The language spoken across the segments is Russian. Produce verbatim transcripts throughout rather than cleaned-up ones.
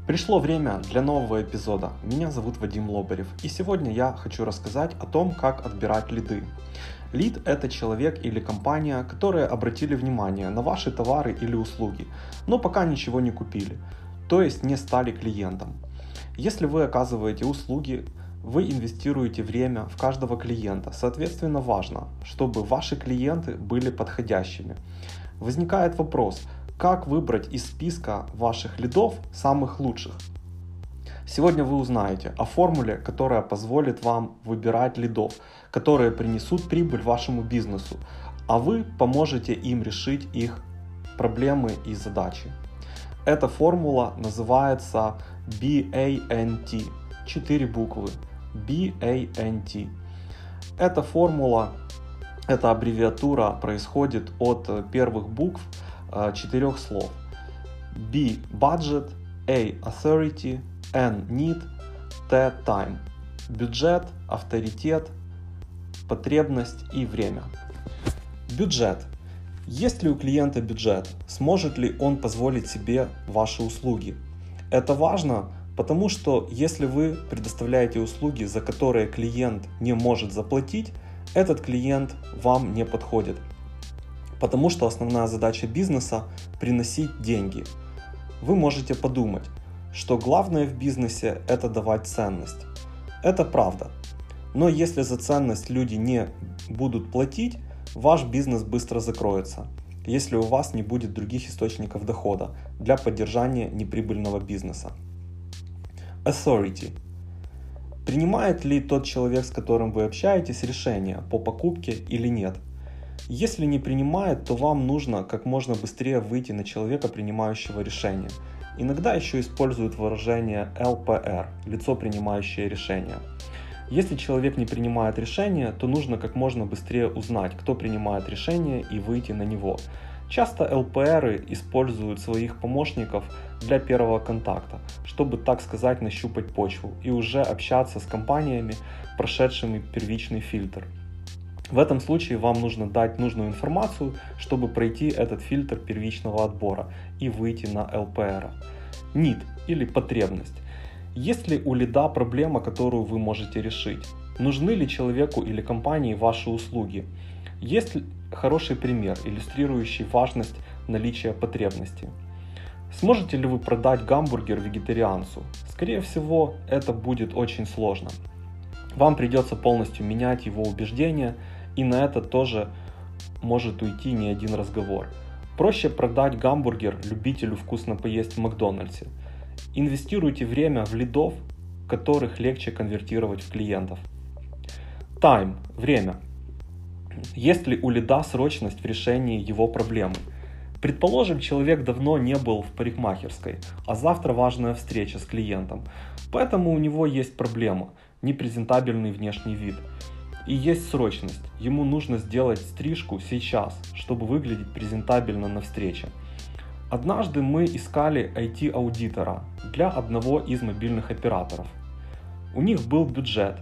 Пришло время для нового эпизода. Меня зовут Вадим Лобарев, и сегодня я хочу рассказать о том, как отбирать лиды. Лид – это человек или компания, которые обратили внимание на ваши товары или услуги, но пока ничего не купили, то есть не стали клиентом. Если вы оказываете услуги, вы инвестируете время в каждого клиента, соответственно важно, чтобы ваши клиенты были подходящими. Возникает вопрос, как выбрать из списка ваших лидов самых лучших? Сегодня вы узнаете о формуле, которая позволит вам выбирать лидов, которые принесут прибыль вашему бизнесу, а вы поможете им решить их проблемы и задачи. Эта формула называется би эй эн ти, четыре буквы, би эй эн ти. Эта формула, эта аббревиатура происходит от первых букв четырех слов. B – budget, A – authority, N – need, T – time. Бюджет, авторитет, потребность и время. Бюджет. Есть ли у клиента бюджет? Сможет ли он позволить себе ваши услуги? Это важно, потому что если вы предоставляете услуги, за которые клиент не может заплатить, этот клиент вам не подходит. Потому что основная задача бизнеса – приносить деньги. Вы можете подумать, что главное в бизнесе – это давать ценность. Это правда. Но если за ценность люди не будут платить, ваш бизнес быстро закроется, если у вас не будет других источников дохода для поддержания неприбыльного бизнеса. Authority. Принимает ли тот человек, с которым вы общаетесь, решение по покупке или нет? Если не принимает, то вам нужно как можно быстрее выйти на человека, принимающего решение. Иногда еще используют выражение эл пэ эр – лицо, принимающее решение. Если человек не принимает решение, то нужно как можно быстрее узнать, кто принимает решение, и выйти на него. Часто эл пэ эры используют своих помощников для первого контакта, чтобы, так сказать, нащупать почву и уже общаться с компаниями, прошедшими первичный фильтр. В этом случае вам нужно дать нужную информацию, чтобы пройти этот фильтр первичного отбора и выйти на эл пэ эр. Need или потребность. Есть ли у лида проблема, которую вы можете решить? Нужны ли человеку или компании ваши услуги? Есть ли хороший пример, иллюстрирующий важность наличия потребности? Сможете ли вы продать гамбургер вегетарианцу? Скорее всего, это будет очень сложно. Вам придется полностью менять его убеждения, и на это тоже может уйти не один разговор. Проще продать гамбургер любителю вкусно поесть в Макдональдсе. Инвестируйте время в лидов, которых легче конвертировать в клиентов. Time – время. Есть ли у лида срочность в решении его проблемы? Предположим, человек давно не был в парикмахерской, а завтра важная встреча с клиентом, поэтому у него есть проблема – непрезентабельный внешний вид. И есть срочность, ему нужно сделать стрижку сейчас, чтобы выглядеть презентабельно на встрече. Однажды мы искали ай ти-аудитора для одного из мобильных операторов. У них был бюджет.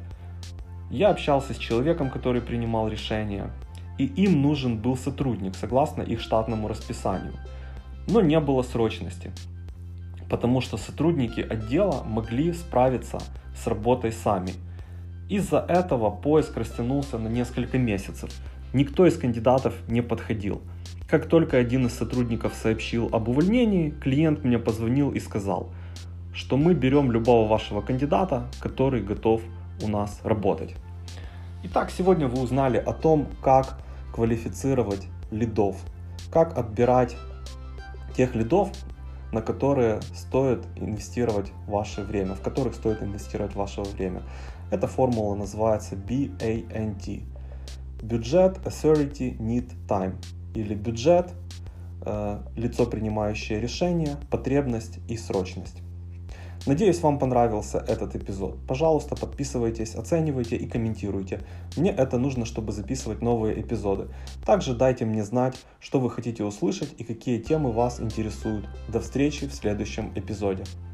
Я общался с человеком, который принимал решение, и им нужен был сотрудник, согласно их штатному расписанию. Но не было срочности, потому что сотрудники отдела могли справиться с работой сами. Из-за этого поиск растянулся на несколько месяцев. Никто из кандидатов не подходил. Как только один из сотрудников сообщил об увольнении, клиент мне позвонил и сказал, что мы берем любого вашего кандидата, который готов у нас работать. Итак, сегодня вы узнали о том, как квалифицировать лидов, как отбирать тех лидов, на которые стоит инвестировать ваше время, в которых стоит инвестировать ваше время. Эта формула называется би эй эн ти. Бюджет, authority, need, time. Или бюджет, э, лицо, принимающее решение, потребность и срочность. Надеюсь, вам понравился этот эпизод. Пожалуйста, подписывайтесь, оценивайте и комментируйте. Мне это нужно, чтобы записывать новые эпизоды. Также дайте мне знать, что вы хотите услышать и какие темы вас интересуют. До встречи в следующем эпизоде.